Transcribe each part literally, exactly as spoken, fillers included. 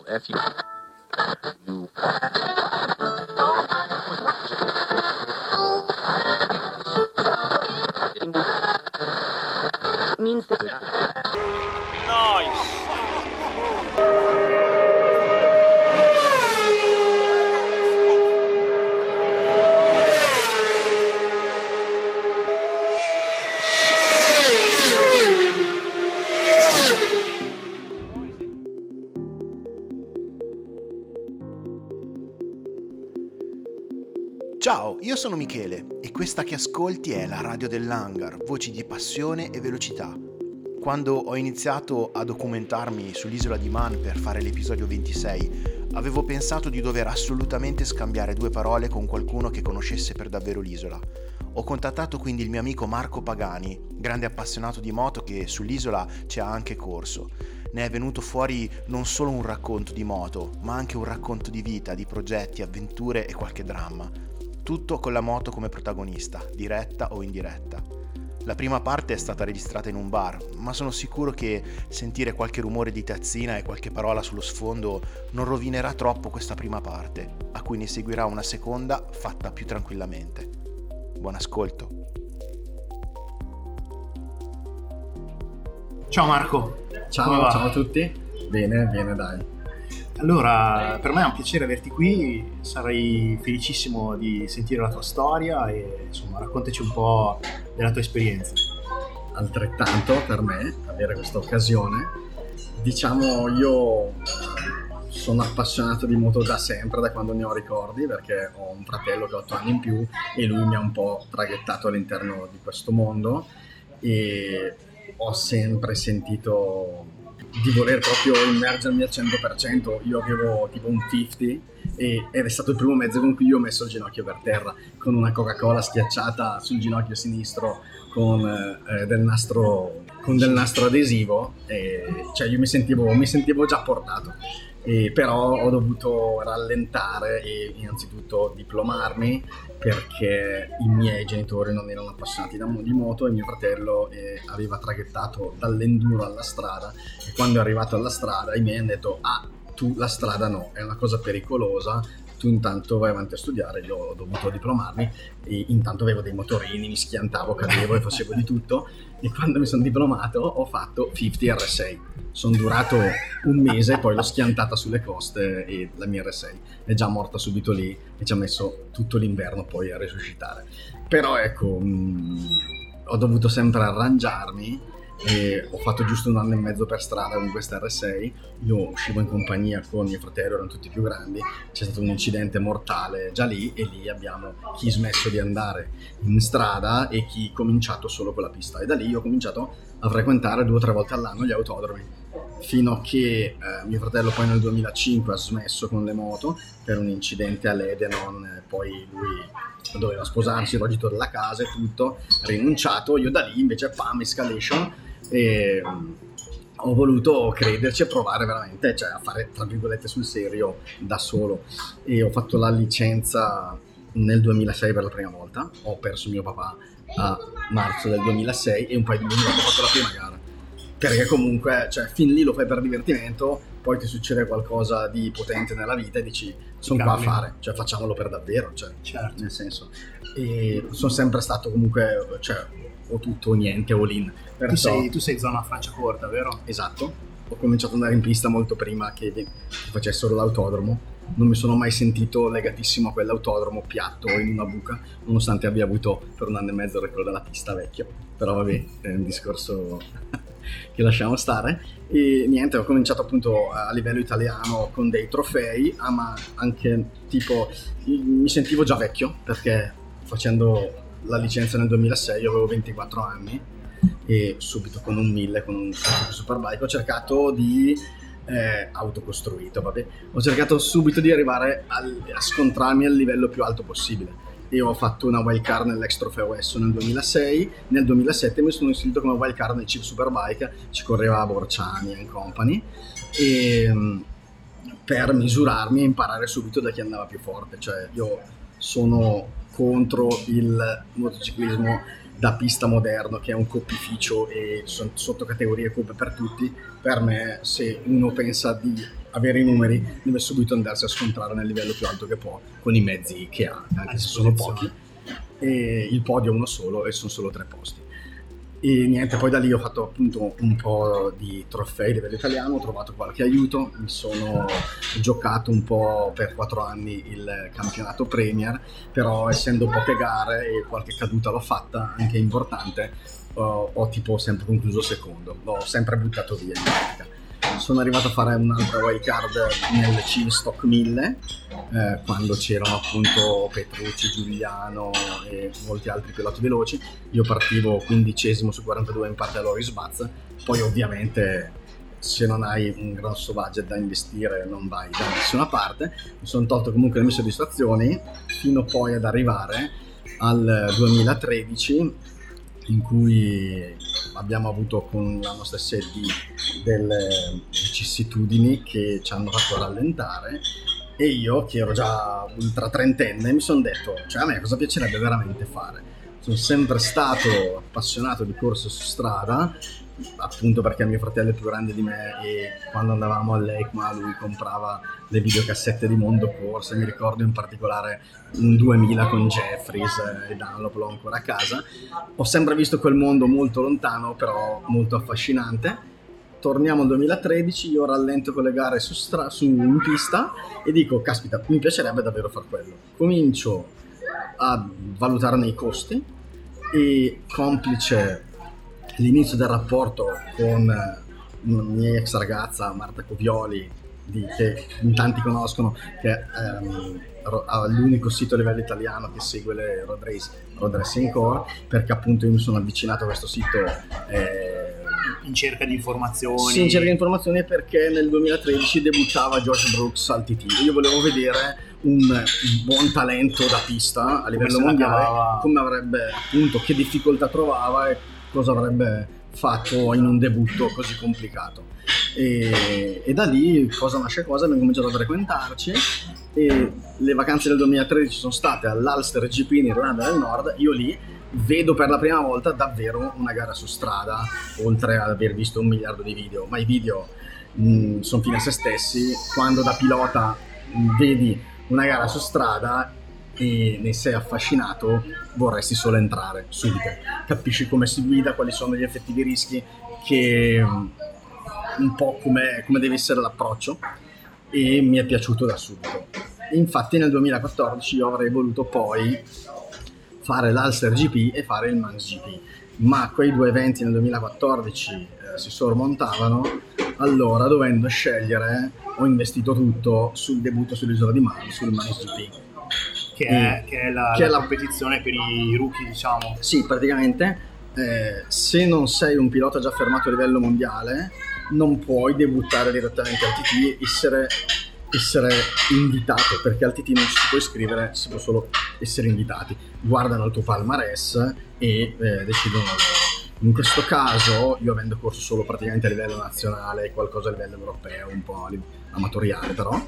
F U means that nice. Ciao, io sono Michele e questa che ascolti è la radio dell'Hangar, voci di passione e velocità. Quando ho iniziato a documentarmi sull'isola di Man per fare l'episodio ventisei, avevo pensato di dover assolutamente scambiare due parole con qualcuno che conoscesse per davvero l'isola. Ho contattato quindi il mio amico Marco Pagani, grande appassionato di moto che sull'isola ci ha anche corso. Ne è venuto fuori non solo un racconto di moto, ma anche un racconto di vita, di progetti, avventure e qualche dramma. Tutto con la moto come protagonista, diretta o indiretta. La prima parte è stata registrata in un bar, ma sono sicuro che sentire qualche rumore di tazzina e qualche parola sullo sfondo non rovinerà troppo questa prima parte, a cui ne seguirà una seconda fatta più tranquillamente. Buon ascolto. Ciao Marco. Ciao, ciao a tutti. Bene, bene dai. Allora, per me è un piacere averti qui, sarei felicissimo di sentire la tua storia e insomma raccontaci un po' della tua esperienza. Altrettanto per me avere questa occasione. Diciamo, io sono appassionato di moto da sempre, da quando ne ho ricordi, perché ho un fratello che ha otto anni in più e lui mi ha un po' traghettato all'interno di questo mondo e ho sempre sentito di voler proprio immergermi al cento per cento. Io avevo tipo un cinquanta e, ed è stato il primo mezzo con cui io ho messo il ginocchio per terra, con una Coca-Cola schiacciata sul ginocchio sinistro con eh, del nastro con del nastro adesivo, e, cioè io mi sentivo, mi sentivo già portato. E però ho dovuto rallentare e innanzitutto diplomarmi perché i miei genitori non erano appassionati di moto e mio fratello eh, aveva traghettato dall'enduro alla strada, e quando è arrivato alla strada i miei hanno detto: ah, tu la strada no, è una cosa pericolosa, tu intanto vai avanti a studiare. Io ho dovuto diplomarmi e intanto avevo dei motorini, mi schiantavo, cadevo e facevo di tutto, e quando mi sono diplomato ho fatto cinquanta R sei. Sono durato un mese, poi l'ho schiantata sulle coste e la mia R sei è già morta subito lì e ci ha messo tutto l'inverno poi a resuscitare. Però ecco, mh, ho dovuto sempre arrangiarmi e ho fatto giusto un anno e mezzo per strada con questa R sei. Io uscivo in compagnia con mio fratello, erano tutti più grandi, c'è stato un incidente mortale già lì e lì abbiamo chi smesso di andare in strada e chi cominciato solo con la pista, e da lì ho cominciato a frequentare due o tre volte all'anno gli autodromi, fino a che eh, mio fratello poi nel duemilacinque ha smesso con le moto per un incidente all'Edenon. Poi lui doveva sposarsi, il rogito della casa e tutto, ha rinunciato. Io da lì invece pam, escalation, e um, ho voluto crederci e provare veramente, cioè a fare tra virgolette sul serio da solo, e ho fatto la licenza nel duemilasei per la prima volta. Ho perso mio papà a marzo del duemilasei e un paio di mesi dopo ho fatto la prima gara, perché comunque cioè fin lì lo fai per divertimento, poi ti succede qualcosa di potente nella vita e dici sono qua a fare, cioè facciamolo per davvero, cioè certo. Nel senso, e sono sempre stato comunque, cioè o tutto o niente, all in. Tu sei, tu sei zona Franciacorta, vero? Esatto, ho cominciato ad andare in pista molto prima che facessero l'autodromo. Non mi sono mai sentito legatissimo a quell'autodromo piatto in una buca, nonostante abbia avuto per un anno e mezzo il record della pista vecchio. Però vabbè, è un discorso che lasciamo stare. E niente, ho cominciato appunto a livello italiano con dei trofei, ah, ma anche tipo mi sentivo già vecchio, perché facendo la licenza nel duemilasei io avevo ventiquattro anni e subito con un mille, con un superbike ho cercato di eh, autocostruito, vabbè, ho cercato subito di arrivare al, a scontrarmi al livello più alto possibile, e ho fatto una wildcard nell'Ex Trofeo Esso nel duemilasei. Nel duemilasette mi sono inserito come wildcard nel Chip Superbike, ci correva Borciani and Company, e per misurarmi e imparare subito da chi andava più forte. Cioè io sono contro il motociclismo da pista moderno, che è un coppificio e sono sottocategorie coppe per tutti. Per me, se uno pensa di avere i numeri deve subito andarsi a scontrare nel livello più alto che può con i mezzi che ha, anche se sono pochi, e il podio è uno solo e sono solo tre posti. E niente, poi da lì ho fatto appunto un po' di trofei a livello italiano, ho trovato qualche aiuto, mi sono giocato un po' per quattro anni il campionato Premier, però essendo poche gare e qualche caduta l'ho fatta, anche importante, ho, ho tipo sempre concluso secondo, l'ho sempre buttato via in pratica. Sono arrivato a fare un'altra wild card nel Cinstock mille, eh, quando c'erano appunto Petrucci, Giuliano e molti altri piloti veloci. Io partivo quindicesimo su quarantadue in parte a Loris Baz. Poi ovviamente se non hai un grosso budget da investire non vai da nessuna parte. Mi sono tolto comunque le mie soddisfazioni fino poi ad arrivare al duemilatredici, in cui abbiamo avuto con la nostra S D delle vicissitudini che ci hanno fatto rallentare, e io che ero già ultra trentenne mi sono detto, cioè a me cosa piacerebbe veramente fare. Sono sempre stato appassionato di corse su strada, appunto perché mio fratello è più grande di me e quando andavamo all'EICMA lui comprava le videocassette di Mondo Corse. Mi ricordo in particolare un duemila con Jeffries e Dunlop, l'ho ancora a casa. Ho sempre visto quel mondo molto lontano, però molto affascinante. Torniamo al duemilatredici, io rallento con le gare su, stra- su in pista e dico, caspita, mi piacerebbe davvero far quello. Comincio a valutarne i costi e, complice l'inizio del rapporto con la mia ex ragazza Marta Covioli, di, che in tanti conoscono, che ehm, ha l'unico sito a livello italiano che segue le road race, Road Racing Core, perché appunto io mi sono avvicinato a questo sito eh, in cerca di informazioni. Sì, in cerca di informazioni, perché nel duemilatredici debuttava Josh Brooks al T T. Io volevo vedere un buon talento da pista a livello come mondiale, cavava, come avrebbe appunto, che difficoltà trovava e cosa avrebbe fatto in un debutto così complicato. E, e da lì cosa nasce cosa, abbiamo cominciato a frequentarci e le vacanze del duemilatredici sono state all'Ulster G P in Irlanda del Nord. Io lì vedo per la prima volta davvero una gara su strada, oltre ad aver visto un miliardo di video, ma i video mh, sono fine a se stessi. Quando da pilota mh, vedi una gara su strada e ne sei affascinato, vorresti solo entrare subito, capisci come si guida, quali sono gli effettivi rischi, che un po' come, come deve essere l'approccio, e mi è piaciuto da subito. Infatti nel duemilaquattordici io avrei voluto poi fare l'Ulster G P e fare il Manx G P, ma quei due eventi nel duemilaquattordici eh, si sormontavano. Allora, dovendo scegliere, ho investito tutto sul debutto sull'isola di Man, sul Manx G P, che è, che è la, che la è la competizione per i rookie, diciamo. Sì, praticamente eh, se non sei un pilota già fermato a livello mondiale non puoi debuttare direttamente al T T, essere, essere invitato, perché al T T non ci si può iscrivere, si può solo essere invitati. Guardano il tuo palmarès e eh, decidono loro. In questo caso, io avendo corso solo praticamente a livello nazionale e qualcosa a livello europeo, un po' amatoriale però,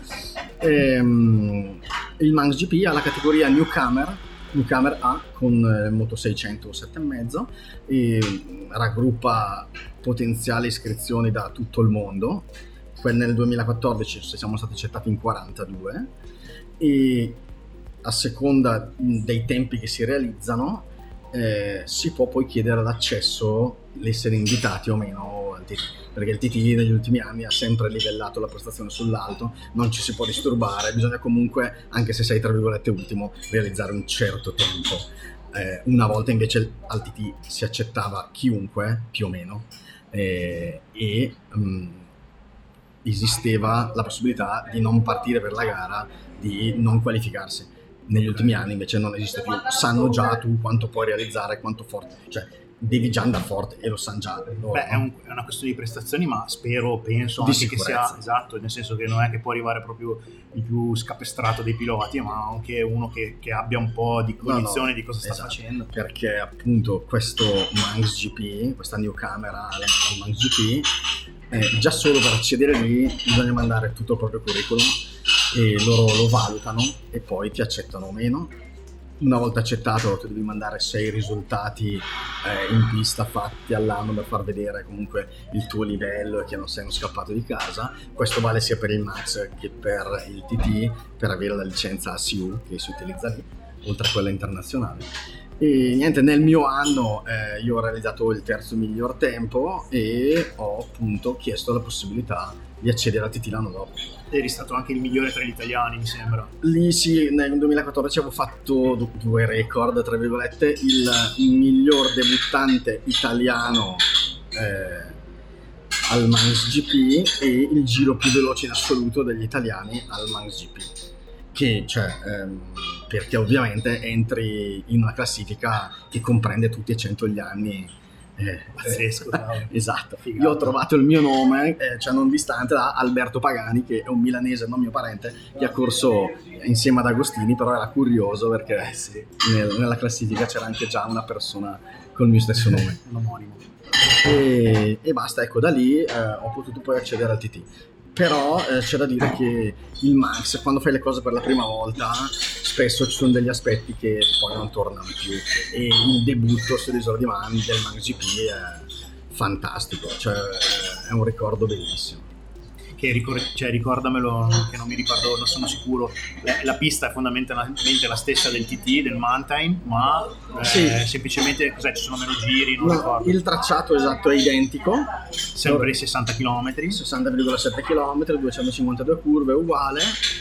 ehm, il Manx G P ha la categoria Newcomer, Newcomer A con eh, Moto seicento o sette e mezzo, e raggruppa potenziali iscrizioni da tutto il mondo. Nel duemilaquattordici siamo stati accettati in quarantadue e a seconda dei tempi che si realizzano eh, si può poi chiedere l'accesso, l'essere invitati o meno al T T, perché il T T negli ultimi anni ha sempre livellato la prestazione sull'alto, non ci si può disturbare, bisogna comunque, anche se sei tra virgolette ultimo, realizzare un certo tempo. Eh, una volta invece al T T si accettava chiunque, più o meno, eh, e um, esisteva la possibilità di non partire per la gara, di non qualificarsi. Negli ultimi anni invece non esiste più, sanno già tu quanto puoi realizzare, quanto forte, cioè devi già andare forte e lo sanno già loro. Beh, è, un, è una questione di prestazioni, ma spero, penso Di anche che sicurezza. sia esatto, nel senso che non è che può arrivare proprio il più scapestrato dei piloti, ma anche uno che, che abbia un po' di cognizione No, no, di cosa sta esatto. facendo. Perché appunto questo Manx G P, questa new camera al Manx G P, eh, già solo per accedere lì bisogna mandare tutto il proprio curriculum e loro lo valutano e poi ti accettano o meno. una volta accettato tu devi mandare sei risultati eh, in pista fatti all'anno per far vedere comunque il tuo livello e che non sei uno scappato di casa. Questo vale sia per il Max che per il T T, per avere la licenza A C U che si utilizza lì, oltre a quella internazionale. E niente, nel mio anno eh, io ho realizzato il terzo miglior tempo e ho appunto chiesto la possibilità di accedere al T T l'anno dopo. Eri stato anche il migliore tra gli italiani, mi sembra. Lì sì, nel duemilaquattordici avevo fatto due record, tra virgolette, il miglior debuttante italiano eh, al Manx G P e il giro più veloce in assoluto degli italiani al Manx G P. Che, cioè, ehm, perché ovviamente entri in una classifica che comprende tutti e cento gli anni. Eh, Pazzesco, eh, esatto. Figata. Io ho trovato il mio nome, eh, cioè non distante da Alberto Pagani, che è un milanese, non mio parente, che ha corso insieme ad Agostini, però era curioso perché Eh sì, nel- nella classifica c'era anche già una persona col mio stesso nome. un omonimo. E, e basta, ecco, da lì eh, ho potuto poi accedere al T T. Però eh, c'è da dire che il Manx, quando fai le cose per la prima volta, spesso ci sono degli aspetti che poi non tornano più, e il debutto sull'Isola di Man del Manx G P è fantastico, cioè è un ricordo bellissimo. Che ricor- cioè, ricordamelo, che non mi ricordo, non sono sicuro. La, la pista è fondamentalmente la stessa del T T, del Mountain, ma eh, Sì. semplicemente cos'è, ci sono meno giri, non No, ricordo. il tracciato esatto è identico, Sempre i sessanta chilometri. sessanta virgola sette chilometri, duecentocinquantadue curve, uguale,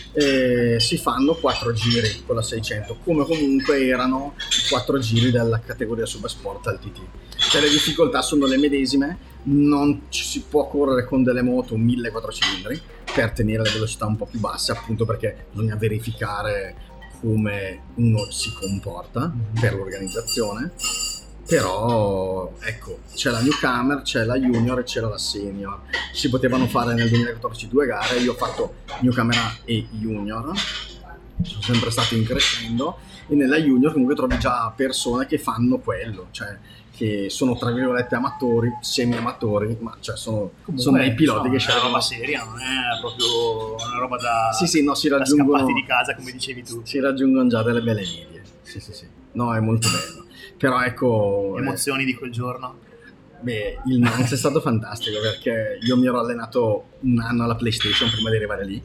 e si fanno quattro giri con la seicento, come comunque erano i quattro giri della categoria Supersport al T T. Cioè le difficoltà sono le medesime, non ci si può correre con delle moto mille quattro cilindri per tenere le velocità un po' più basse, appunto perché bisogna verificare come uno si comporta per l'organizzazione. Però ecco, c'è la newcomer, c'è la junior e c'era la senior. Si potevano fare nel duemilaquattordici due gare, io ho fatto newcomer A e junior, sono sempre stato in crescendo, e nella junior comunque trovi già persone che fanno quello, cioè che sono tra virgolette amatori, semi amatori, ma cioè sono, Comunque, sono dei piloti insomma, che è una scelgono. roba seria, non è proprio una roba da, Sì, sì, no, si da raggiungono, scappati di casa, come dicevi tu. si raggiungono già delle belle medie. Sì, sì, sì. No, è molto bello. Però ecco, eh, Emozioni di quel giorno. beh, il Manx è stato fantastico perché io mi ero allenato un anno alla PlayStation prima di arrivare lì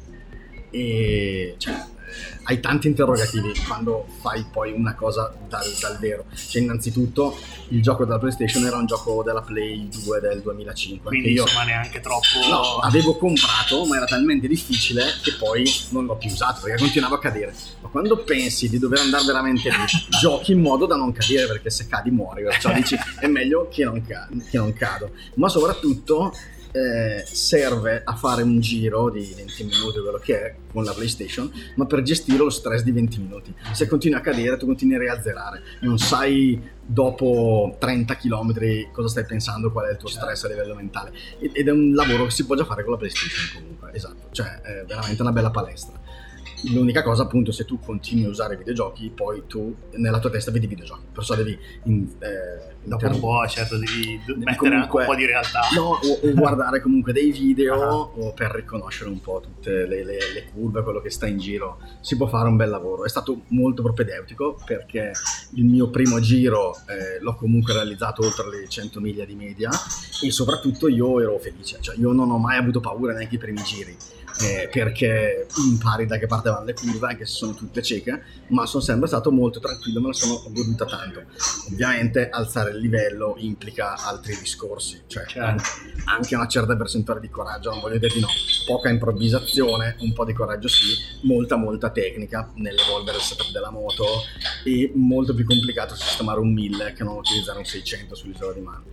e cioè, eh, hai tanti interrogativi quando fai poi una cosa dal, dal vero. Cioè, innanzitutto il gioco della PlayStation era un gioco della Play due del duemilacinque, Quindi che io insomma neanche troppo. no, avevo comprato, ma era talmente difficile che poi non l'ho più usato perché continuavo a cadere. Ma quando pensi di dover andare veramente lì, giochi in modo da non cadere, perché se cadi muori, perciò dici è meglio che non, ca- che non cado. Ma soprattutto eh, serve a fare un giro di venti minuti, quello che è, con la PlayStation, ma per gestire lo stress di venti minuti. Se continui a cadere, tu continui a riazzerare, non sai dopo trenta chilometri cosa stai pensando, qual è il tuo stress a livello mentale, ed è un lavoro che si può già fare con la PlayStation comunque, esatto, cioè è veramente una bella palestra. L'unica cosa appunto, se tu continui a usare i videogiochi, poi tu nella tua testa vedi i videogiochi, perciò devi in, eh, Dopo inter- un po', certo, devi devi mettere comunque- anche un po' di realtà. no, o, o guardare comunque dei video Ah. o per riconoscere un po' tutte le, le- le curve, quello che sta in giro. Si può fare un bel lavoro. È stato molto propedeutico perché il mio primo giro eh, l'ho comunque realizzato oltre le cento miglia di media, e soprattutto io ero felice, cioè io non ho mai avuto paura neanche i primi giri, eh, perché impari da che parte vanno le curve, anche se sono tutte cieche, ma sono sempre stato molto tranquillo, me la sono goduta tanto. Ovviamente alzare il livello implica altri discorsi, cioè Certo. anche una certa percentuale di coraggio, non voglio dire di no, poca improvvisazione, un po' di coraggio sì, molta molta tecnica nell'evolvere il setup della moto, e molto più complicato sistemare un mille che non utilizzare un seicento sull'Isola di Man.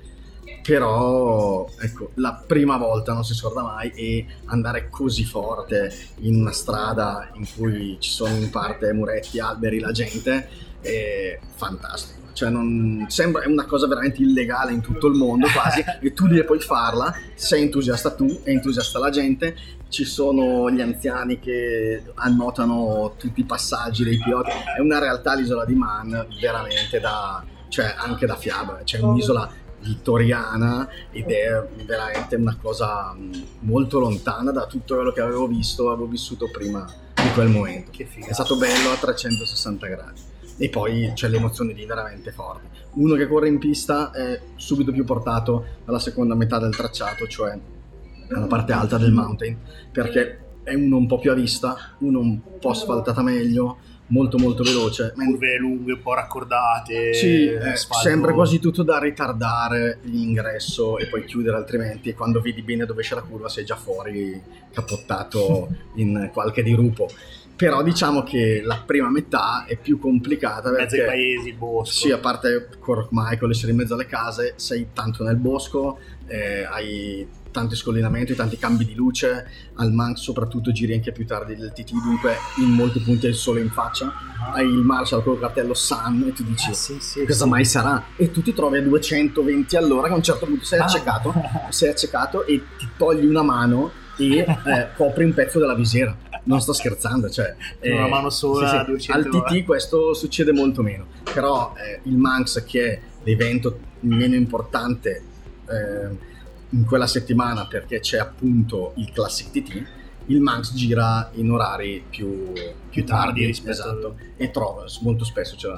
Però ecco, la prima volta non si scorda mai, e andare così forte in una strada in cui ci sono in parte muretti, alberi, la gente, è fantastico. Cioè non sembra, è una cosa veramente illegale in tutto il mondo quasi, e tu devi poi farla, sei entusiasta tu, è entusiasta la gente, ci sono gli anziani che annotano tutti i passaggi dei piloti. È una realtà l'Isola di Man veramente da, cioè anche da fiaba, c'è un'isola vittoriana ed è veramente una cosa mh, molto lontana da tutto quello che avevo visto, avevo vissuto prima di quel momento. Che figata. È stato bello a trecentosessanta gradi. e poi c'è le emozioni lì veramente forti. Uno che corre in pista è subito più portato alla seconda metà del tracciato, cioè alla parte alta del mountain, perché è uno un po' più a vista, uno un po' asfaltata meglio, molto molto veloce, curve lunghe, un po' raccordate, sì, è asfalto... sempre quasi tutto da ritardare l'ingresso e poi chiudere, altrimenti quando vedi bene dove c'è la curva sei già fuori, cappottato in qualche dirupo. Però diciamo che la prima metà è più complicata perché mezzo ai paesi, il bosco, sì, a parte Cork Michael, essere in mezzo alle case, sei tanto nel bosco, eh, hai tanti scollinamenti, tanti cambi di luce, al Manx soprattutto giri anche più tardi del T T, dunque in molti punti hai il sole in faccia, uh-huh. hai il Marshall con il cartello Sun e tu dici ah, sì, sì, cosa sì. mai sarà? E tu ti trovi a duecentoventi all'ora che a un certo punto sei accecato, ah. sei accecato e ti togli una mano e eh, copri un pezzo della visiera. Non sto scherzando, cioè una eh, mano sola, sì, sì. duecento Al T T questo succede molto meno, però eh, il Manx, che è l'evento meno importante eh, in quella settimana perché c'è appunto il Classic T T, il Manx gira in orari più, più tardi rispetto, esatto, a... e trova molto spesso cioè,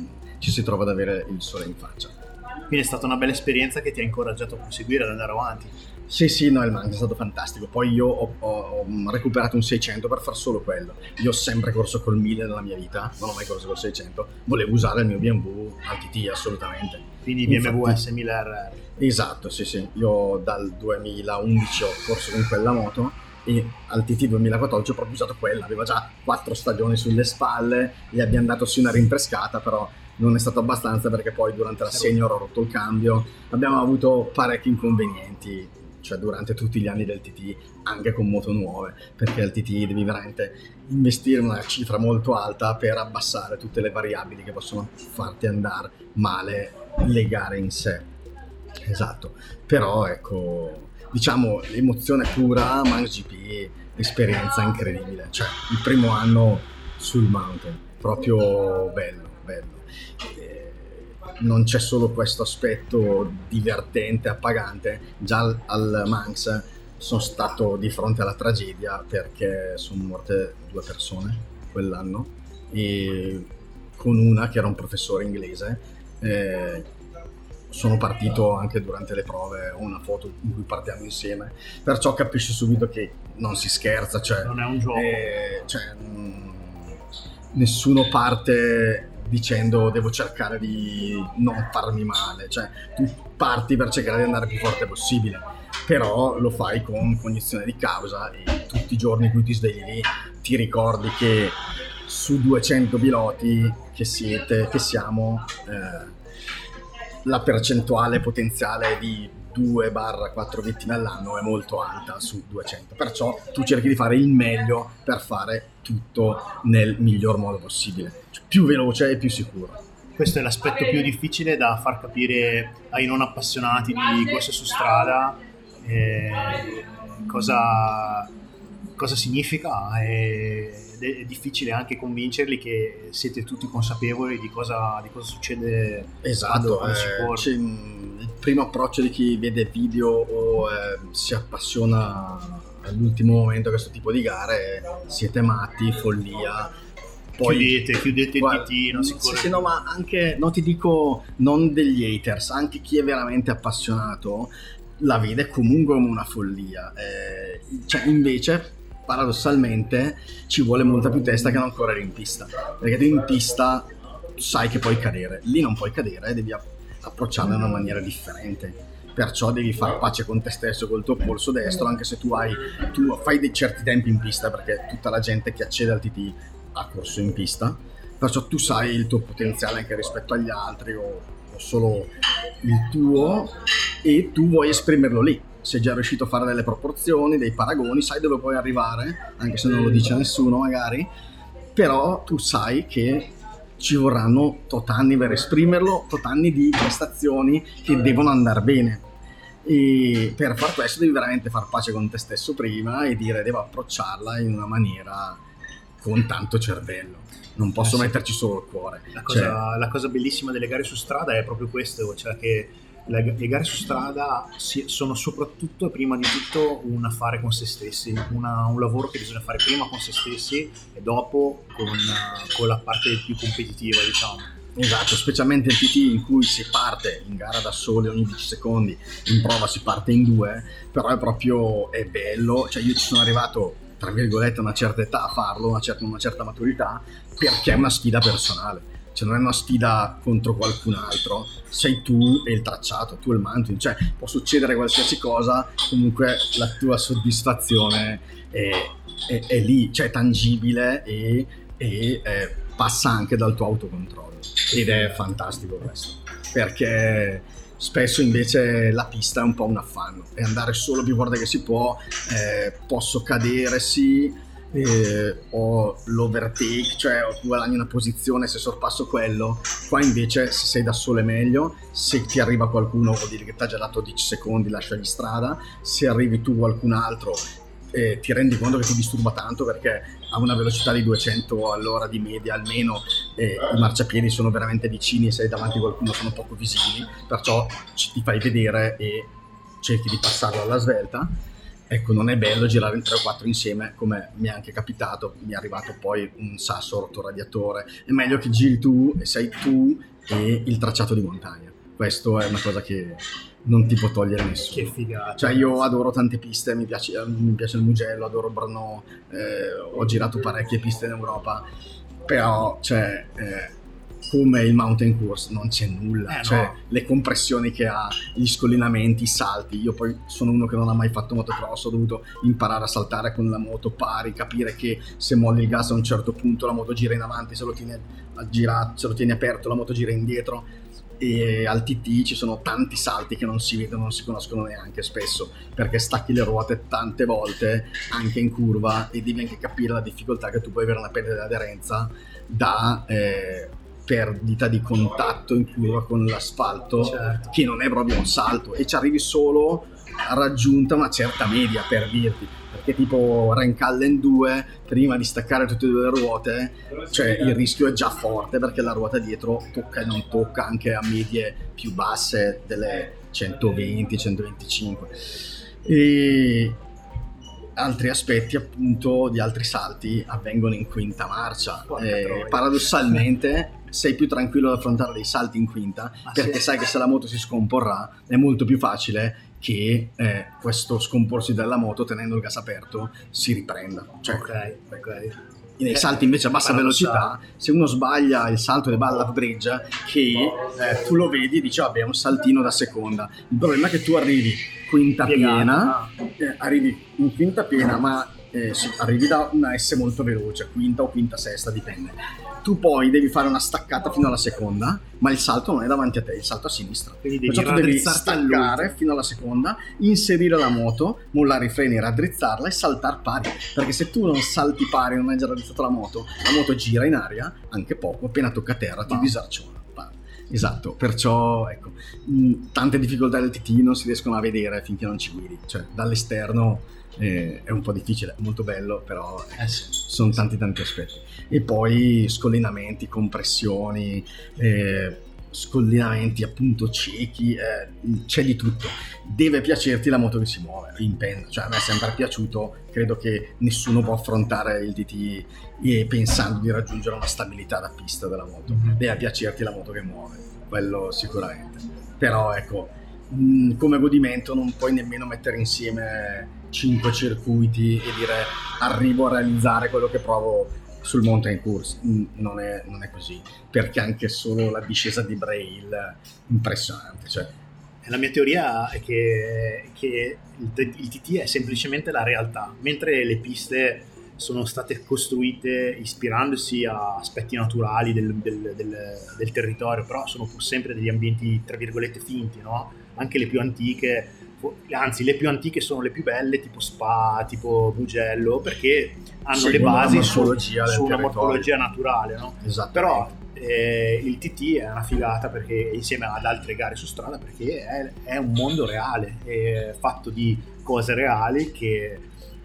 ci si trova ad avere il sole in faccia. Quindi è stata una bella esperienza che ti ha incoraggiato a proseguire, ad andare avanti. Sì, sì, no, il Manx è stato fantastico. Poi io ho, ho, ho recuperato un seicento per far solo quello. Io ho sempre corso col mille nella mia vita, non ho mai corso col seicento. Volevo usare il mio B M W al T T, assolutamente. Quindi B M W S mille R R. Esatto, sì, sì. Io dal duemilaundici ho corso con quella moto e al T T duemilaquattordici ho proprio usato quella. Aveva già quattro stagioni sulle spalle, gli abbiamo dato sì una rinfrescata, però non è stato abbastanza perché poi durante la senior ho rotto il cambio. Abbiamo avuto parecchi inconvenienti, cioè durante tutti gli anni del T T, anche con moto nuove, perché al T T devi veramente investire una cifra molto alta per abbassare tutte le variabili che possono farti andare male le gare in sé. Esatto, però ecco, diciamo l'emozione pura, Manx G P, esperienza incredibile, cioè il primo anno sul mountain, proprio bello, bello. Non c'è solo questo aspetto divertente, appagante, già al, al Manx sono stato di fronte alla tragedia perché sono morte due persone quell'anno e con una che era un professore inglese eh, sono partito anche durante le prove, ho una foto in cui partiamo insieme, perciò capisci subito che non si scherza, cioè, non è un gioco, eh, cioè, mh, nessuno parte dicendo devo cercare di non farmi male, cioè tu parti per cercare di andare più forte possibile, però lo fai con cognizione di causa e tutti i giorni in cui ti svegli lì ti ricordi che su duecento piloti che siete, che siamo, eh, la percentuale potenziale di due quattro vittime all'anno è molto alta su duecento, perciò tu cerchi di fare il meglio per fare tutto nel miglior modo possibile, cioè, più veloce e più sicuro. Questo è l'aspetto più difficile da far capire ai non appassionati di corse su strada, eh, cosa, cosa significa, eh, ed è difficile anche convincerli che siete tutti consapevoli di cosa, di cosa succede. Esatto, quando, quando si eh, corre. c'è il primo approccio di chi vede video o eh, si appassiona all'ultimo momento a questo tipo di gare, siete matti, follia. Poi, chiudete, chiudete guarda, il T T, non si corre. Sì, sì, no, ma anche, no, ti dico, non degli haters, anche chi è veramente appassionato la vede comunque come una follia. Eh, cioè, invece, paradossalmente, ci vuole molta più testa che non correre in pista, perché tu in pista sai che puoi cadere, lì non puoi cadere, devi approcciarla in una maniera differente. Perciò devi far pace con te stesso, col tuo polso destro, anche se tu hai tu fai dei certi tempi in pista, perché tutta la gente che accede al T T ha corso in pista, perciò tu sai il tuo potenziale anche rispetto agli altri o, o solo il tuo, e tu vuoi esprimerlo lì. Sei già riuscito a fare delle proporzioni, dei paragoni, sai dove puoi arrivare, anche se non lo dice nessuno magari, però tu sai che ci vorranno tot anni per esprimerlo, tot anni di prestazioni che devono andare bene. E per far questo devi veramente far pace con te stesso prima e dire devo approcciarla in una maniera con tanto cervello, non posso eh sì. metterci solo il cuore. La cosa, cioè, la cosa bellissima delle gare su strada è proprio questo, cioè che le, le gare su strada si, sono soprattutto, prima di tutto, un affare con se stessi, una, un lavoro che bisogna fare prima con se stessi e dopo con, con la parte più competitiva, diciamo. Esatto, specialmente il T T in cui si parte in gara da soli ogni dieci secondi, in prova si parte in due, però è proprio, è bello, cioè io ci sono arrivato tra virgolette a una certa età a farlo, una certa, una certa maturità, perché è una sfida personale, cioè non è una sfida contro qualcun altro, sei tu e il tracciato, tu e il mountain, cioè può succedere qualsiasi cosa, comunque la tua soddisfazione è, è, è lì, cioè è tangibile e, e è, passa anche dal tuo autocontrollo. Ed è fantastico questo, perché spesso invece la pista è un po' un affanno e andare solo più forte che si può, eh, posso cadere sì, eh, ho l'overtake, cioè guadagni una posizione se sorpasso quello. Qua invece se sei da solo è meglio, se ti arriva qualcuno vuol dire che ti ha già dato dieci secondi, lasciagli strada, se arrivi tu qualcun altro eh, ti rendi conto che ti disturba tanto perché a una velocità di duecento all'ora di media almeno, eh, i marciapiedi sono veramente vicini e se hai davanti qualcuno sono poco visibili, perciò ci, ti fai vedere e cerchi di passarlo alla svelta. Ecco, non è bello girare in tre o quattro insieme, come mi è anche capitato, mi è arrivato poi un sasso rotto radiatore. È meglio che giri tu e sei tu e il tracciato di montagna. Questo è una cosa che non ti può togliere nessuno. Che figata. Cioè io adoro tante piste, mi piace, mi piace il Mugello, adoro Brno, eh, ho girato parecchie piste in Europa, però cioè, eh, come il mountain course non c'è nulla, eh, cioè no. Le compressioni che ha, gli scollinamenti, i salti. Io poi sono uno che non ha mai fatto motocross, ho dovuto imparare a saltare con la moto pari, capire che se molli il gas a un certo punto la moto gira in avanti, se lo tieni, gira, se lo tieni aperto la moto gira indietro. E al T T ci sono tanti salti che non si vedono, non si conoscono neanche spesso, perché stacchi le ruote tante volte anche in curva e devi anche capire la difficoltà che tu puoi avere una perdita di aderenza da eh, perdita di contatto in curva con l'asfalto, certo. Che non è proprio un salto e ci arrivi solo raggiunta una certa media, per dirti, perché tipo Renkallen due prima di staccare tutte e due le ruote, cioè il rischio è già forte perché la ruota dietro tocca e non tocca anche a medie più basse delle centoventi centoventicinque. E altri aspetti appunto di altri salti avvengono in quinta marcia, e paradossalmente sei più tranquillo ad affrontare dei salti in quinta ah, perché sì. Sai che se la moto si scomporrà è molto più facile che eh, questo scomporsi della moto tenendo il gas aperto si riprenda, cioè, ok, ok. Nei salti invece a bassa velocità, se uno sbaglia il salto di Ballard Bridge, che eh, tu lo vedi e dici vabbè, è un saltino da seconda, il problema è che tu arrivi quinta piena, eh, arrivi in quinta piena ma eh, sì, arrivi da una S molto veloce, quinta o quinta sesta, dipende. Tu poi devi fare una staccata fino alla seconda, ma il salto non è davanti a te, il salto a sinistra. Quindi devi, tu devi staccare fino alla seconda, inserire la moto, mollare i freni, raddrizzarla e saltare pari. Perché se tu non salti pari, non hai già raddrizzato la moto, la moto gira in aria, anche poco, appena tocca terra ti disarciona. Esatto, perciò ecco, mh, tante difficoltà del T T non si riescono a vedere finché non ci guidi, cioè dall'esterno eh, è un po' difficile, è molto bello, però eh, sì. Sono tanti tanti aspetti. E poi scollinamenti, compressioni, eh, scollinamenti appunto ciechi, eh, c'è di tutto. Deve piacerti la moto che si muove, in penna, cioè a me è sempre piaciuto, credo che nessuno può affrontare il T T e pensando di raggiungere una stabilità da pista della moto, mm-hmm. Deve piacerti la moto che muove, quello sicuramente. Però ecco, mh, come godimento non puoi nemmeno mettere insieme cinque circuiti e dire arrivo a realizzare quello che provo sul mountain course. Non è, non è così, perché anche solo la discesa di Braille impressionante, cioè. La mia teoria è che, che il, il T T è semplicemente la realtà, mentre le piste sono state costruite ispirandosi a aspetti naturali del, del, del, del territorio, però sono pur sempre degli ambienti tra virgolette finti, no? Anche le più antiche, anzi le più antiche sono le più belle, tipo Spa, tipo Mugello, perché hanno sì, le basi su, su una morfologia naturale, no? Esatto. Però eh, il T T è una figata perché insieme ad altre gare su strada, perché è, è un mondo reale, è fatto di cose reali che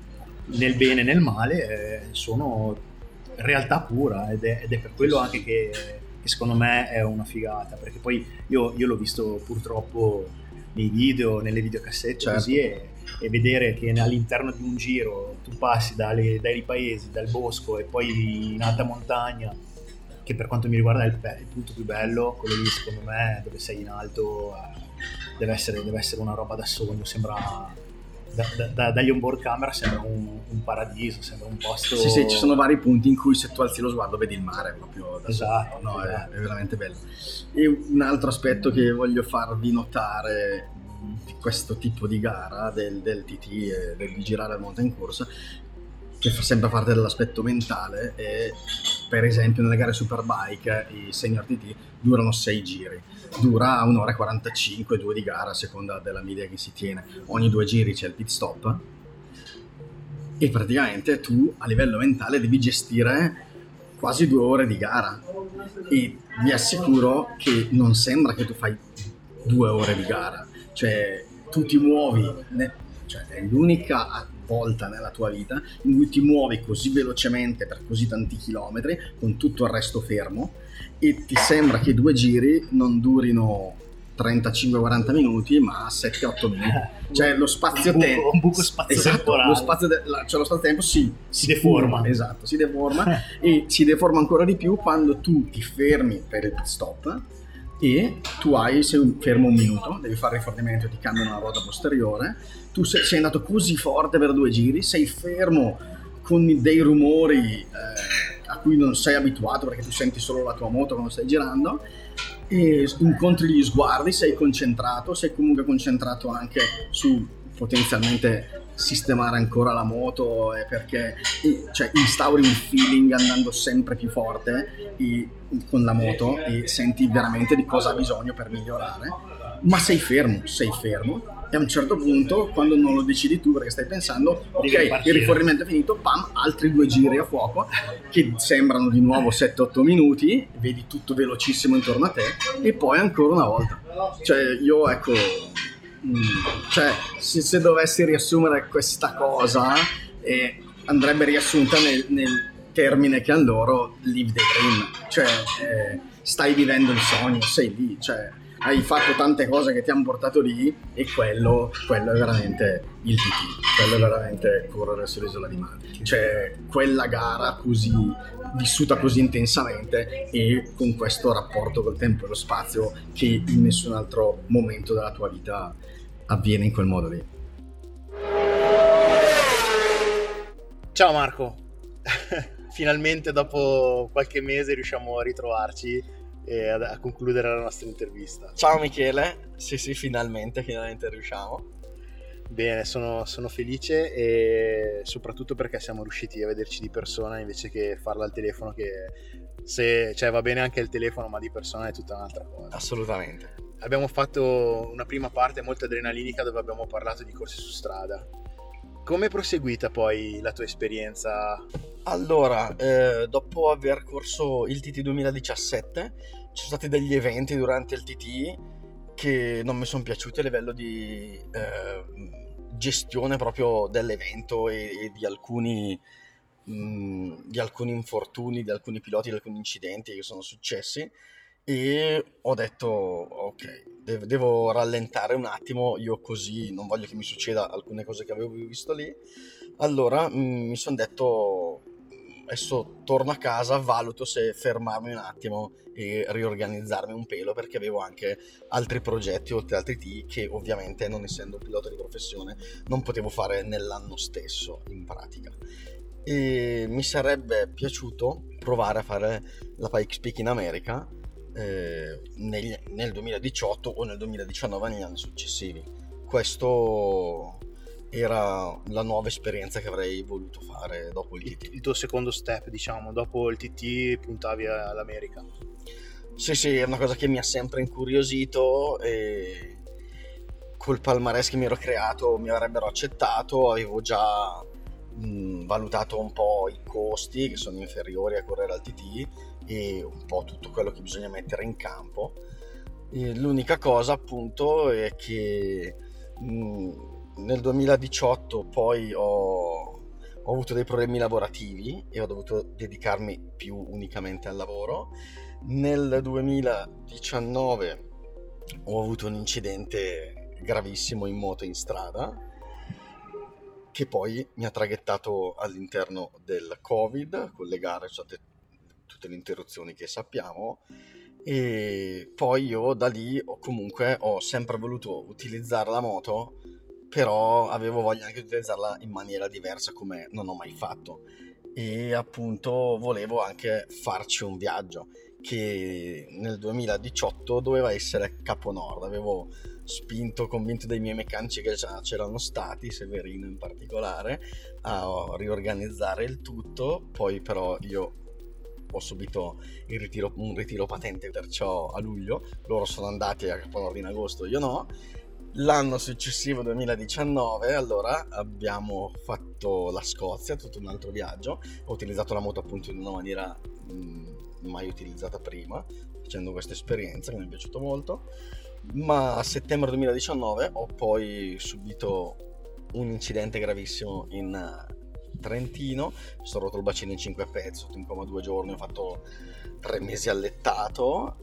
nel bene e nel male eh, sono realtà pura, ed è, ed è per quello anche che che secondo me è una figata, perché poi io, io l'ho visto purtroppo nei video, nelle videocassette, certo. così, e, e vedere che all'interno di un giro tu passi dalle, dai paesi, dal bosco e poi in alta montagna, che per quanto mi riguarda è il, il punto più bello, quello lì secondo me dove sei in alto eh, deve, essere, deve essere una roba da sogno, sembra da, da, dagli onboard camera sembra un, un paradiso, sembra un posto. Sì, sì, ci sono vari punti in cui se tu alzi lo sguardo vedi il mare proprio da esatto, sopra. No, esatto. È, è veramente bello. E un altro aspetto che voglio farvi notare di questo tipo di gara del, del T T e del di girare al mountain course, che fa sempre parte dell'aspetto mentale, e per esempio nelle gare Superbike i senior T T durano sei giri, dura un'ora e quarantacinque, due di gara a seconda della media che si tiene, ogni due giri c'è il pit stop e praticamente tu a livello mentale devi gestire quasi due ore di gara, e vi assicuro che non sembra che tu fai due ore di gara, cioè tu ti muovi, cioè è l'unica volta nella tua vita in cui ti muovi così velocemente per così tanti chilometri con tutto il resto fermo, e ti sembra che due giri non durino trentacinque quaranta minuti ma sette otto minuti, cioè lo spazio-tempo, un buco spazio esatto, temporale, lo spazio de- la, cioè lo spazio-tempo si, si deforma, esatto, si deforma e si deforma ancora di più quando tu ti fermi per il pit stop e tu hai, sei fermo un minuto, devi fare rifornimento, ti cambiano una ruota posteriore, tu sei, sei andato così forte per due giri, sei fermo con dei rumori eh, a cui non sei abituato perché tu senti solo la tua moto quando stai girando, e incontri gli sguardi, sei concentrato, sei comunque concentrato anche su potenzialmente sistemare ancora la moto, eh, perché eh, cioè, instauri un feeling andando sempre più forte e, con la moto, e senti veramente di cosa ha bisogno per migliorare, ma sei fermo, sei fermo e a un certo punto, quando non lo decidi tu perché stai pensando ok, il rifornimento è finito, pam, altri due giri a fuoco che sembrano di nuovo sette otto minuti, vedi tutto velocissimo intorno a te e poi ancora una volta, cioè io ecco Mm, cioè se, se dovessi riassumere questa cosa eh, andrebbe riassunta nel, nel termine che hanno loro, live the dream, cioè eh, stai vivendo il sogno, sei lì, cioè hai fatto tante cose che ti hanno portato lì, e quello, quello è veramente il T T, quello è veramente correre sull'isola di Man, cioè quella gara così vissuta così intensamente e con questo rapporto col tempo e lo spazio che in nessun altro momento della tua vita avviene in quel modo lì. Ciao Marco, finalmente dopo qualche mese riusciamo a ritrovarci e a, a concludere la nostra intervista. Ciao Michele, sì sì, finalmente, finalmente riusciamo. Bene, sono, sono felice, e soprattutto perché siamo riusciti a vederci di persona invece che farla al telefono, che se, cioè, va bene anche il telefono, ma di persona è tutta un'altra cosa. Assolutamente. Abbiamo fatto una prima parte molto adrenalinica dove abbiamo parlato di corse su strada. Come è proseguita poi la tua esperienza? Allora, eh, dopo aver corso il T T duemiladiciassette ci sono stati degli eventi durante il T T che non mi sono piaciuti a livello di eh, gestione proprio dell'evento e, e di alcuni mh, di alcuni infortuni, di alcuni piloti, di alcuni incidenti che sono successi, e ho detto ok, devo, devo rallentare un attimo, io così non voglio che mi succeda alcune cose che avevo visto lì. Allora mh, mi sono detto adesso torno a casa, valuto se fermarmi un attimo e riorganizzarmi un pelo, perché avevo anche altri progetti oltre altri T che ovviamente, non essendo un pilota di professione, non potevo fare nell'anno stesso in pratica, e mi sarebbe piaciuto provare a fare la Pikes Peak in America eh, nel, nel duemiladiciotto o nel duemiladiciannove, negli anni successivi. Questo era la nuova esperienza che avrei voluto fare dopo il T T. Il tuo secondo step, diciamo, dopo il T T puntavi all'America. Sì, sì, è una cosa che mi ha sempre incuriosito, e col palmarès che mi ero creato mi avrebbero accettato, avevo già mh, valutato un po' i costi che sono inferiori a correre al T T e un po' tutto quello che bisogna mettere in campo. E l'unica cosa appunto è che mh, nel duemiladiciotto poi ho, ho avuto dei problemi lavorativi e ho dovuto dedicarmi più unicamente al lavoro, Nel duemiladiciannove ho avuto un incidente gravissimo in moto in strada, che poi mi ha traghettato all'interno del Covid, con le gare, sono state tutte le interruzioni che sappiamo, e poi io da lì ho comunque ho sempre voluto utilizzare la moto, però avevo voglia anche di utilizzarla in maniera diversa, come non ho mai fatto, e appunto volevo anche farci un viaggio che nel duemiladiciotto doveva essere Capo Nord. Avevo spinto, convinto dei miei meccanici che già c'erano stati, Severino in particolare, a riorganizzare il tutto. Poi però io ho subito il ritiro, un ritiro patente, perciò a luglio loro sono andati a Capo Nord in agosto, io no. L'anno successivo, duemiladiciannove, allora abbiamo fatto la Scozia, tutto un altro viaggio. Ho utilizzato la moto appunto in una maniera mh, mai utilizzata prima, facendo questa esperienza che mi è piaciuto molto. Ma a settembre duemiladiciannove ho poi subito un incidente gravissimo in Trentino. Mi sono rotto il bacino in cinque pezzi, sono in coma due giorni, ho fatto tre mesi allettato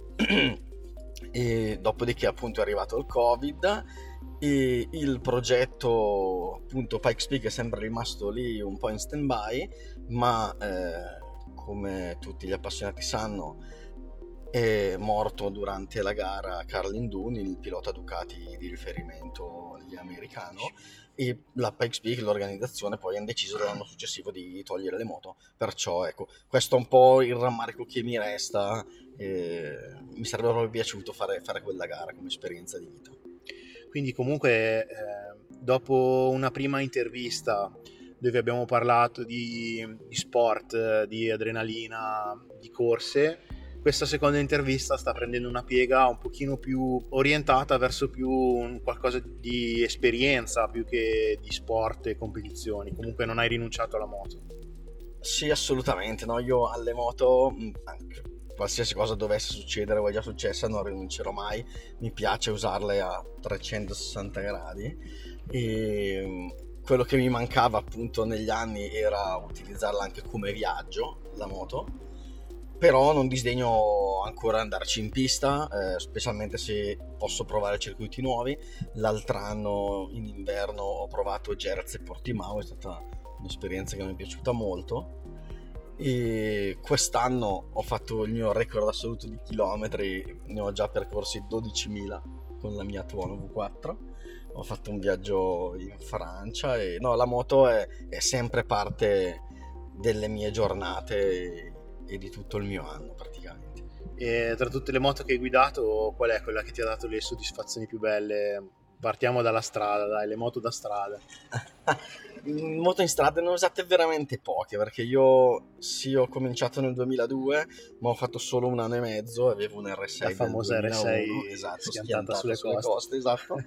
e dopodiché appunto è arrivato il Covid e il progetto appunto Pikes Peak è sempre rimasto lì un po' in stand by, ma eh, come tutti gli appassionati sanno è morto durante la gara Carlin Dunn, il pilota Ducati di riferimento lì americano, e la Pikes Peak, l'organizzazione, poi hanno deciso l'anno successivo di togliere le moto. Perciò ecco, questo è un po' il rammarico che mi resta. Eh, mi sarebbe proprio piaciuto fare, fare quella gara come esperienza di vita. Quindi comunque eh, dopo una prima intervista dove abbiamo parlato di, di sport, di adrenalina, di corse, questa seconda intervista sta prendendo una piega un pochino più orientata verso più un qualcosa di esperienza più che di sport e competizioni. Comunque non hai rinunciato alla moto. Sì, assolutamente, no? Io alle moto, anche qualsiasi cosa dovesse succedere o è già successa, non rinuncerò mai. Mi piace usarle a trecentosessanta gradi e quello che mi mancava appunto negli anni era utilizzarla anche come viaggio, la moto. Però non disdegno ancora andarci in pista, eh, specialmente se posso provare circuiti nuovi. L'altro anno in inverno ho provato Jerez e Portimao, è stata un'esperienza che mi è piaciuta molto. E quest'anno ho fatto il mio record assoluto di chilometri, ne ho già percorsi dodicimila con la mia Tuono V quattro. Ho fatto un viaggio in Francia e no, la moto è, è sempre parte delle mie giornate e di tutto il mio anno praticamente. E tra tutte le moto che hai guidato, qual è quella che ti ha dato le soddisfazioni più belle? Partiamo dalla strada, dai, le moto da strada. Moto in strada ne ho usate veramente poche, perché io sì, ho cominciato nel duemiladue, ma ho fatto solo un anno e mezzo, avevo un R sei, la famosa del duemilauno, R sei esatto, schiantata, schiantata sulle, sulle coste, coste esatto.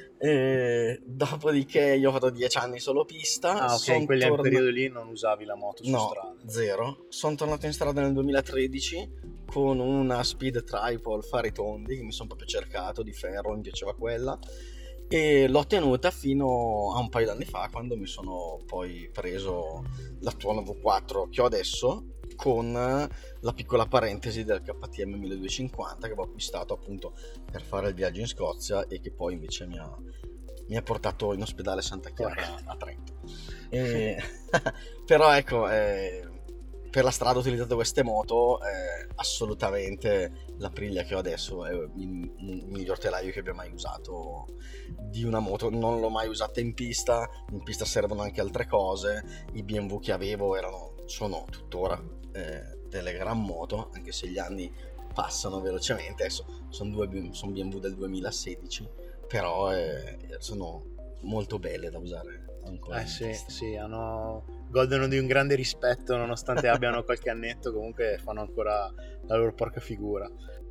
E dopodiché io ho fatto dieci anni solo pista. Ah, ok, in quel torna... periodo lì non usavi la moto su no, strada? Zero. Sono tornato in strada nel duemilatredici con una Speed Tripod fari tondi che mi sono proprio cercato, di ferro, mi piaceva quella, e l'ho tenuta fino a un paio d'anni fa, quando mi sono poi preso la Tuono V quattro che ho adesso, con la piccola parentesi del K T M milleduecentocinquanta che avevo acquistato appunto per fare il viaggio in Scozia e che poi invece mi ha, mi ha portato in ospedale Santa Chiara a Trento. E, però ecco, eh, per la strada ho utilizzato queste moto, eh, assolutamente l'Aprilia che ho adesso è il, il miglior telaio che abbia mai usato di una moto. Non l'ho mai usata in pista, in pista servono anche altre cose. I B M W che avevo erano, sono tuttora eh, delle gran moto, anche se gli anni passano velocemente. Adesso sono due sono B M W del duemilasedici, però eh, sono molto belle da usare ancora. Eh sì, sì, hanno godono di un grande rispetto nonostante abbiano qualche annetto, comunque fanno ancora la loro porca figura.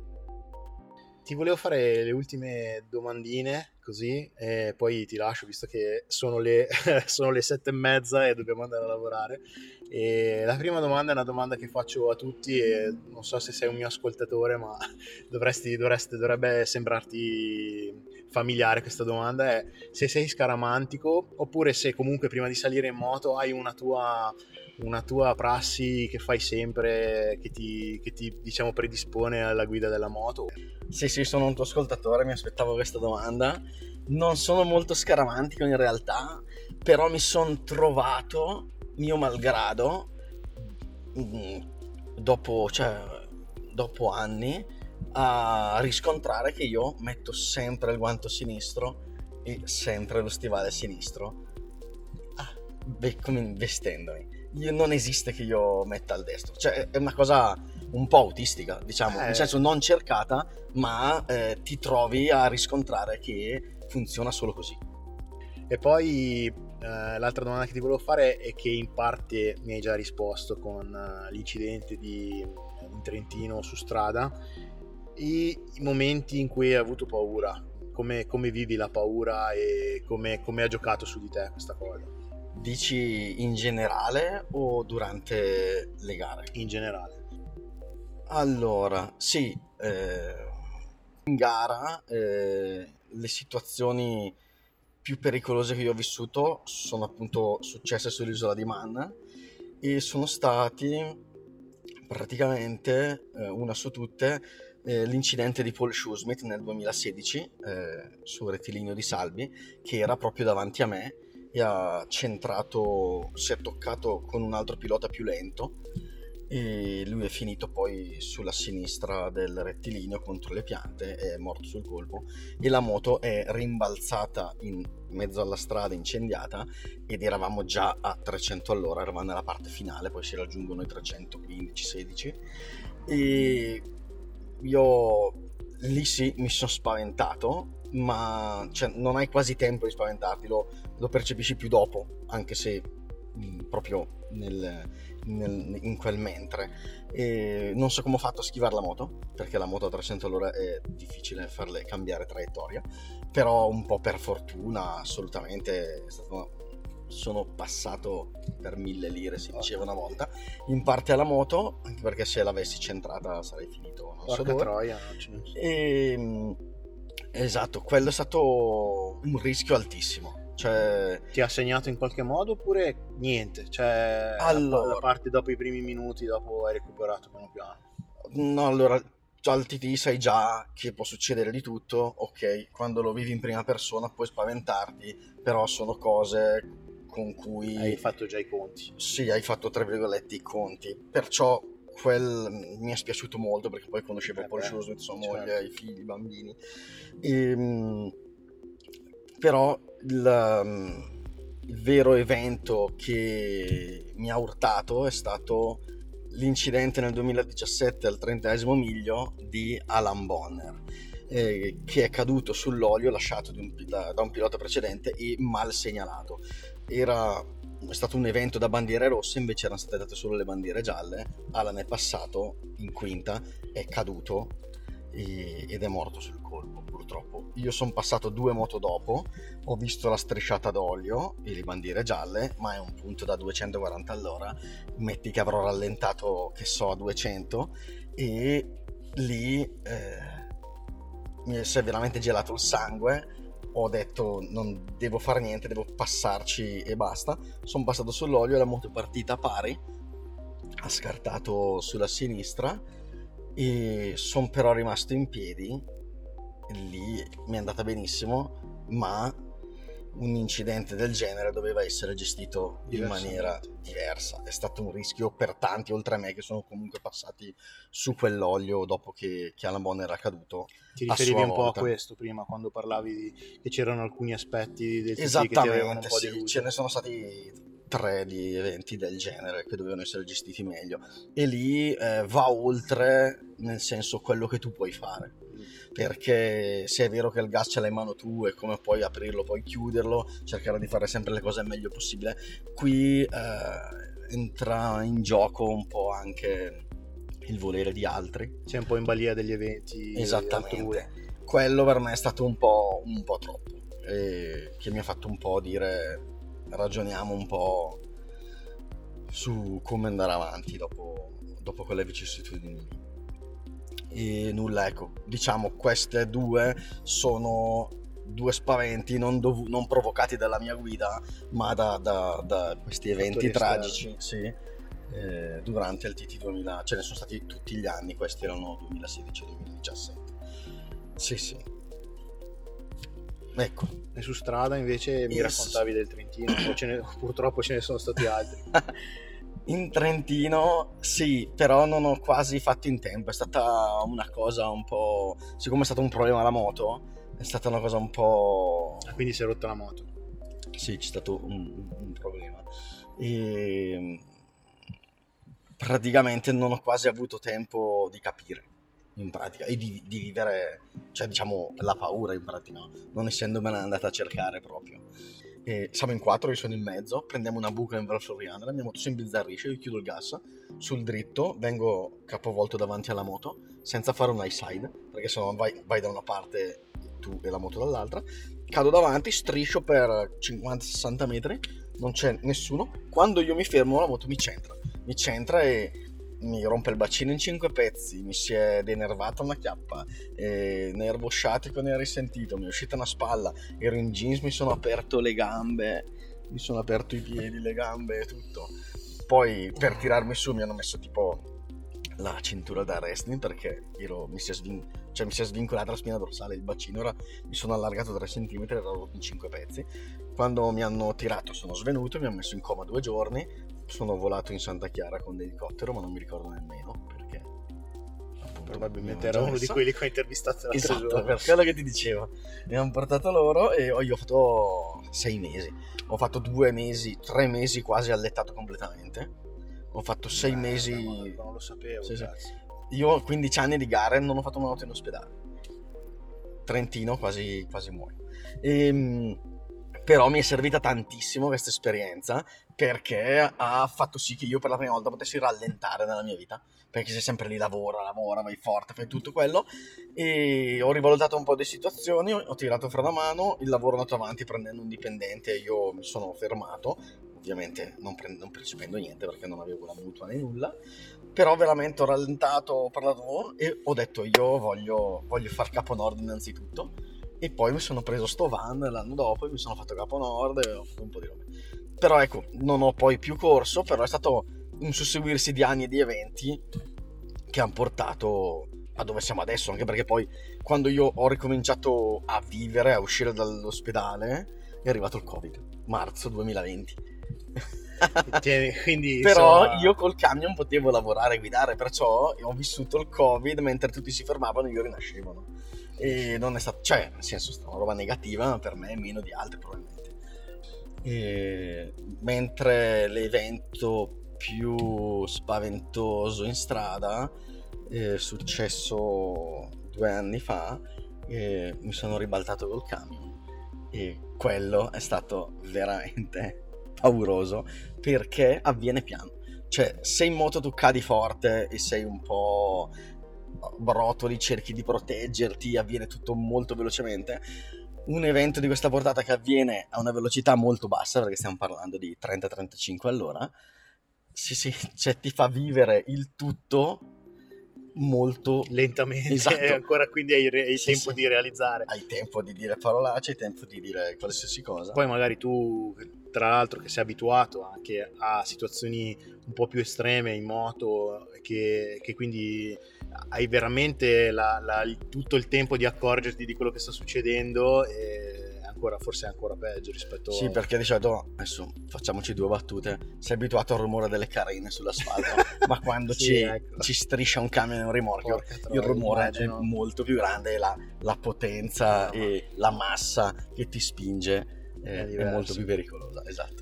Ti volevo fare le ultime domandine così e poi ti lascio, visto che sono le, sono le sette e mezza e dobbiamo andare a lavorare. E la prima domanda è una domanda che faccio a tutti e non so se sei un mio ascoltatore, ma dovresti, dovresti, dovrebbe sembrarti familiare questa domanda, è se sei scaramantico oppure se comunque prima di salire in moto hai una tua, una tua prassi che fai sempre, che ti, che ti diciamo predispone alla guida della moto. Sì, sì, sono un tuo ascoltatore, mi aspettavo questa domanda. Non sono molto scaramantico in realtà, però mi sono trovato, mio malgrado, dopo, cioè, dopo anni, a riscontrare che io metto sempre il guanto sinistro e sempre lo stivale sinistro, ah, ve- come vestendomi. Io, non esiste che io metta il destro, cioè è una cosa un po' autistica, diciamo, Eh. nel senso non cercata, ma eh, ti trovi a riscontrare che funziona solo così. E poi eh, l'altra domanda che ti volevo fare è che in parte mi hai già risposto con eh, l'incidente di, in Trentino su strada, i, i momenti in cui hai avuto paura, come, come vivi la paura e come, come ha giocato su di te questa cosa, Dici in generale o durante le gare? in generale. Allora, sì, eh, in gara eh, le situazioni più pericolose che io ho vissuto sono appunto successe sull'isola di Man e sono stati praticamente eh, una su tutte eh, l'incidente di Paul Shoesmith nel duemilasedici eh, sul rettilineo di Salvi, che era proprio davanti a me e ha centrato, si è toccato con un altro pilota più lento e lui è finito poi sulla sinistra del rettilineo contro le piante, è morto sul colpo e la moto è rimbalzata in mezzo alla strada incendiata ed eravamo già a trecento all'ora, eravamo nella parte finale, poi si raggiungono i trecentoquindici sedici e io lì sì mi sono spaventato, ma cioè, non hai quasi tempo di spaventarti, lo, lo percepisci più dopo, anche se mh, proprio nel, nel, in quel mentre. E non so come ho fatto a schivare la moto, perché la moto a trecento all'ora è difficile farle cambiare traiettoria, però un po' per fortuna, assolutamente è stato una... sono passato per mille lire, si diceva una volta, in parte alla moto, anche perché se l'avessi centrata sarei finito non so Porca dove. troia, non ce ne so. E, esatto, quello è stato un rischio altissimo, cioè Ti ha segnato in qualche modo oppure niente? Cioè Allora. la, la parte dopo i primi minuti, dopo hai recuperato piano piano? no, allora già al T T sai già che può succedere di tutto, ok, quando lo vivi in prima persona puoi spaventarti, però sono cose con cui Hai fatto già i conti. sì, hai fatto tra virgolette i conti, perciò quel mi è spiaciuto molto perché poi conoscevo Eh Paul beh, Shoesmith, sua certo. moglie, i figli, i bambini. E, però il, il vero evento che mi ha urtato è stato l'incidente nel duemiladiciassette al trentesimo miglio di Alan Bonner, eh, che è caduto sull'olio lasciato di un, da, da un pilota precedente e mal segnalato. Era è stato un evento da bandiere rosse, invece erano state date solo le bandiere gialle. Alan è passato in quinta, è caduto e, ed è morto sul colpo, purtroppo. Io sono passato due moto dopo, ho visto la strisciata d'olio e le bandiere gialle, ma è un punto da duecentoquaranta all'ora, metti che avrò rallentato, che so, a duecento, e lì eh, mi si è veramente gelato il sangue. Ho detto non devo fare niente, devo passarci e basta. Sono passato sull'olio, la moto è partita a pari, ha scartato sulla sinistra e sono però rimasto in piedi. Lì mi è andata benissimo, ma un incidente del genere doveva essere gestito in maniera diversa. È stato un rischio per tanti oltre a me che sono comunque passati su quell'olio dopo che, che Alan Bonner era caduto. Ti a riferivi sua un po' a volta. questo prima, quando parlavi di, che c'erano alcuni aspetti del T T che ti Esattamente, avevano un po' sì, deluso. ce ne sono stati tre di eventi del genere che dovevano essere gestiti meglio e lì eh, va oltre, nel senso, quello che tu puoi fare, perché se è vero che il gas ce l'hai in mano tu e come puoi aprirlo, puoi chiuderlo, cercare di fare sempre le cose il meglio possibile. Qui eh, entra in gioco un po' anche il volere di altri. Sei un po' in balia degli eventi Esattamente. altrui. Quello per me è stato un po', un po' troppo, e che mi ha fatto un po' dire ragioniamo un po' su come andare avanti dopo, dopo quelle vicissitudini. E nulla, ecco, diciamo queste due sono due spaventi non, dov- non provocati dalla mia guida, ma da, da, da questi eventi Fattori tragici, sì, eh, durante il T T duemila. Ce ne sono stati tutti gli anni, questi erano duemilasedici e duemiladiciassette. Sì, sì. Ecco. E su strada invece mi Yes. raccontavi del Trentino, o ce ne- purtroppo ce ne sono stati altri. In Trentino sì, però non ho quasi fatto in tempo, è stata una cosa un po'... siccome è stato un problema la moto, è stata una cosa un po'... Ah, quindi si è rotta la moto. Sì, c'è stato un, un problema. E praticamente non ho quasi avuto tempo di capire, in pratica, e di, di vivere, cioè diciamo, la paura in pratica, non essendomene andata a cercare proprio. E siamo in quattro, io sono in mezzo, prendiamo una buca in Val Floriana, la mia moto si imbizzarrisce, io chiudo il gas, sul dritto, vengo capovolto davanti alla moto, senza fare un high side, perché sennò vai, vai da una parte tu e la moto dall'altra, cado davanti, striscio per cinquanta sessanta metri, non c'è nessuno, quando io mi fermo la moto mi centra, mi centra e mi rompe il bacino in cinque pezzi, mi si è denervata una chiappa, eh, nervo sciatico ne ho risentito, mi è uscita una spalla, ero in jeans, mi sono aperto le gambe, mi sono aperto i piedi, le gambe e tutto. Poi per tirarmi su mi hanno messo tipo la cintura da wrestling, perché ero, mi, si è svin- cioè, mi si è svincolata la spina dorsale, il bacino era, mi sono allargato tre centimetri, ero rotto in cinque pezzi. Quando mi hanno tirato sono svenuto, mi hanno messo in coma due giorni, sono volato in Santa Chiara con l'elicottero, ma non mi ricordo nemmeno perché appunto, Probabilmente era uno di quelli che ho intervistato l'altro esatto, giorno. per quello che ti dicevo, mi hanno portato loro e io ho fatto sei mesi, ho fatto due mesi, tre mesi quasi allettato completamente, ho fatto sei Eh, mesi, no, non lo sapevo. Sì, sì. cazzo. io ho quindici anni di gare, non ho fatto una notte in ospedale, Trentino quasi, quasi muoio. E, però mi è servita tantissimo questa esperienza, perché ha fatto sì che io per la prima volta potessi rallentare nella mia vita, perché sei sempre lì, lavora, lavora, vai forte, fai tutto quello, e ho rivalutato un po' di situazioni, ho tirato fra la mano, il lavoro è andato avanti prendendo un dipendente, io mi sono fermato, ovviamente non, prendo, non percependo niente perché non avevo la mutua né nulla, però veramente ho rallentato, ho parlato e ho detto io voglio, voglio far capo nord innanzitutto, e poi mi sono preso sto van l'anno dopo e mi sono fatto capo nord e ho fatto un po' di robe. Però ecco, non ho poi più corso, però è stato un susseguirsi di anni e di eventi che hanno portato a dove siamo adesso, anche perché poi quando io ho ricominciato a vivere, a uscire dall'ospedale, è arrivato il Covid, marzo duemilaventi. Tieni, quindi, Però insomma, io col camion potevo lavorare e guidare, perciò ho vissuto il Covid mentre tutti si fermavano, io rinascevano. E non è stato, cioè, nel senso, è stata una roba negativa, ma per me meno di altri probabilmente. E mentre l'evento più spaventoso in strada è successo due anni fa, e mi sono ribaltato col camion e quello è stato veramente pauroso, perché avviene piano, cioè se in moto tu cadi forte e sei un po' rotoli, cerchi di proteggerti, avviene tutto molto velocemente. Un evento di questa portata che avviene a una velocità molto bassa, perché stiamo parlando di trenta trentacinque all'ora, sì sì, cioè ti fa vivere il tutto molto lentamente, esatto. Ancora quindi hai, hai Sì, tempo sì. di realizzare. Hai tempo di dire parolacce, hai tempo di dire qualsiasi cosa. Poi magari tu, tra l'altro, che sei abituato anche a situazioni un po' più estreme in moto, che, che quindi hai veramente la, la, il, tutto il tempo di accorgerti di quello che sta succedendo, e ancora, forse è ancora peggio rispetto Sì, a... perché di solito, adesso facciamoci due battute, sei abituato al rumore delle carene sull'asfalto, ma quando Sì, ci, ecco. ci striscia un camion e un rimorchio, Porca il troia, rumore immagino. è molto più grande, e la, la potenza No, e la massa che ti spinge È è, è diverso. molto più pericolosa, esatto.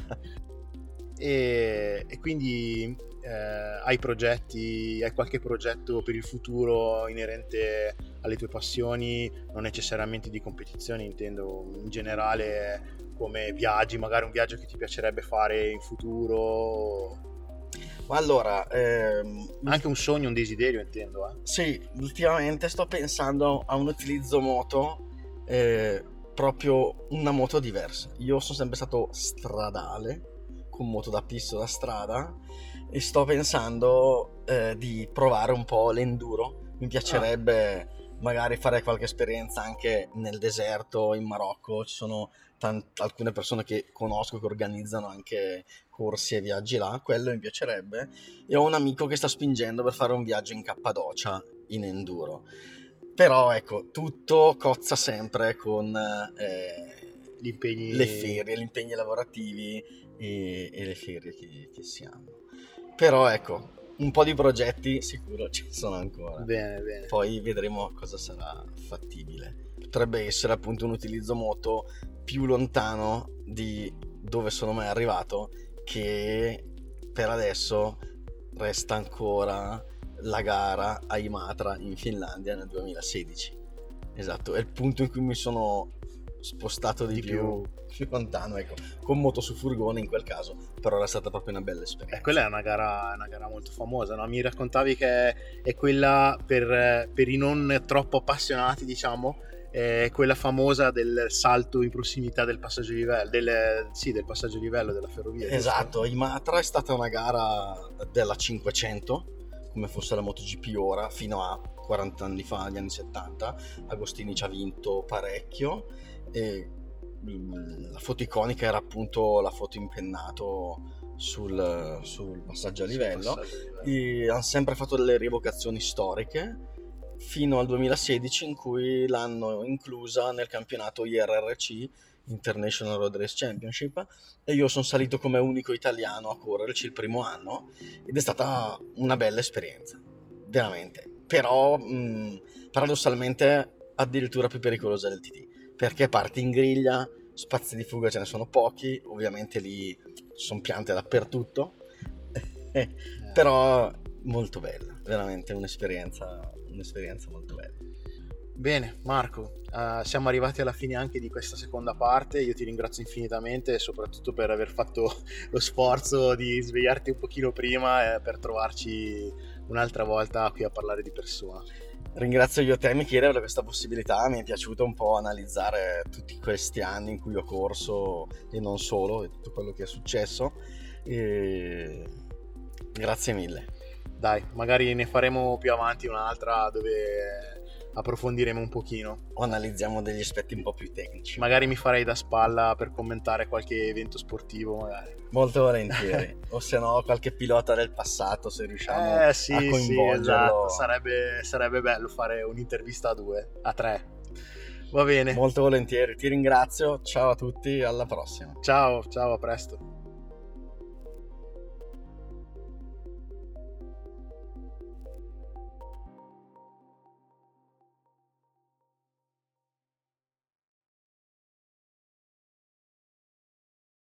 E, e quindi eh, hai progetti, hai qualche progetto per il futuro inerente alle tue passioni, non necessariamente di competizione, intendo in generale, come viaggi, magari un viaggio che ti piacerebbe fare in futuro, Ma allora, ehm, anche un sogno, un desiderio intendo, eh? sì, ultimamente sto pensando a un utilizzo moto, eh, proprio una moto diversa. Io sono sempre stato stradale, con moto da pista da strada, e sto pensando eh, di provare un po' l'enduro. Mi piacerebbe magari fare qualche esperienza anche nel deserto, in Marocco. Ci sono tant- alcune persone che conosco che organizzano anche corsi e viaggi là, quello mi piacerebbe. E ho un amico che sta spingendo per fare un viaggio in Cappadocia in enduro. Però ecco, tutto cozza sempre con eh, Gli impegni... le ferie, gli impegni lavorativi e, e le ferie che, che si hanno. Però ecco, un po' di progetti sicuro ci sono ancora. Bene, bene. Poi vedremo cosa sarà fattibile. Potrebbe essere appunto un utilizzo moto più lontano di dove sono mai arrivato, che per adesso resta ancora la gara a Imatra in Finlandia nel duemilasedici. Esatto, è il punto in cui mi sono spostato di, Di più, più lontano, ecco, con moto su furgone in quel caso, però era stata proprio una bella esperienza. Eh, quella è una gara, una gara molto famosa, no? Mi raccontavi che è quella per, per i non troppo appassionati, diciamo, è quella famosa del salto in prossimità del passaggio a livello, del, sì, del passaggio a livello della ferrovia. Esatto, giusto? Imatra è stata una gara della cinquecento, come fosse la MotoGP ora, fino a quaranta anni fa, negli anni settanta. Agostini ci ha vinto parecchio e la foto iconica era appunto la foto impennato sul, sul passaggio a livello. Passaggio a livello. E hanno sempre fatto delle rievocazioni storiche fino al duemilasedici, in cui l'hanno inclusa nel campionato I R R C, International Road Race Championship, e io sono salito come unico italiano a correrci il primo anno ed è stata una bella esperienza, veramente. Però mh, paradossalmente addirittura più pericolosa del T T, perché parti in griglia, spazi di fuga ce ne sono pochi, ovviamente lì sono piante dappertutto, però molto bella, veramente un'esperienza, un'esperienza molto bella. Bene, Marco, uh, siamo arrivati alla fine anche di questa seconda parte. Io ti ringrazio infinitamente, soprattutto per aver fatto lo sforzo di svegliarti un pochino prima e per trovarci un'altra volta qui a parlare di persona. Ringrazio io te, Michele, per questa possibilità. Mi è piaciuto un po' analizzare tutti questi anni in cui ho corso e non solo, e tutto quello che è successo. E grazie mille. Dai, magari ne faremo più avanti un'altra dove approfondiremo un pochino. O analizziamo degli aspetti un po' più tecnici. Magari mi farei da spalla per commentare qualche evento sportivo, magari. Molto volentieri. O se no qualche pilota del passato, se riusciamo eh, sì, a coinvolgerlo. Sì, esatto. sarebbe, sarebbe bello fare un'intervista a due, a tre. Va bene. Molto volentieri, ti ringrazio. Ciao a tutti, alla prossima. Ciao, ciao, a presto.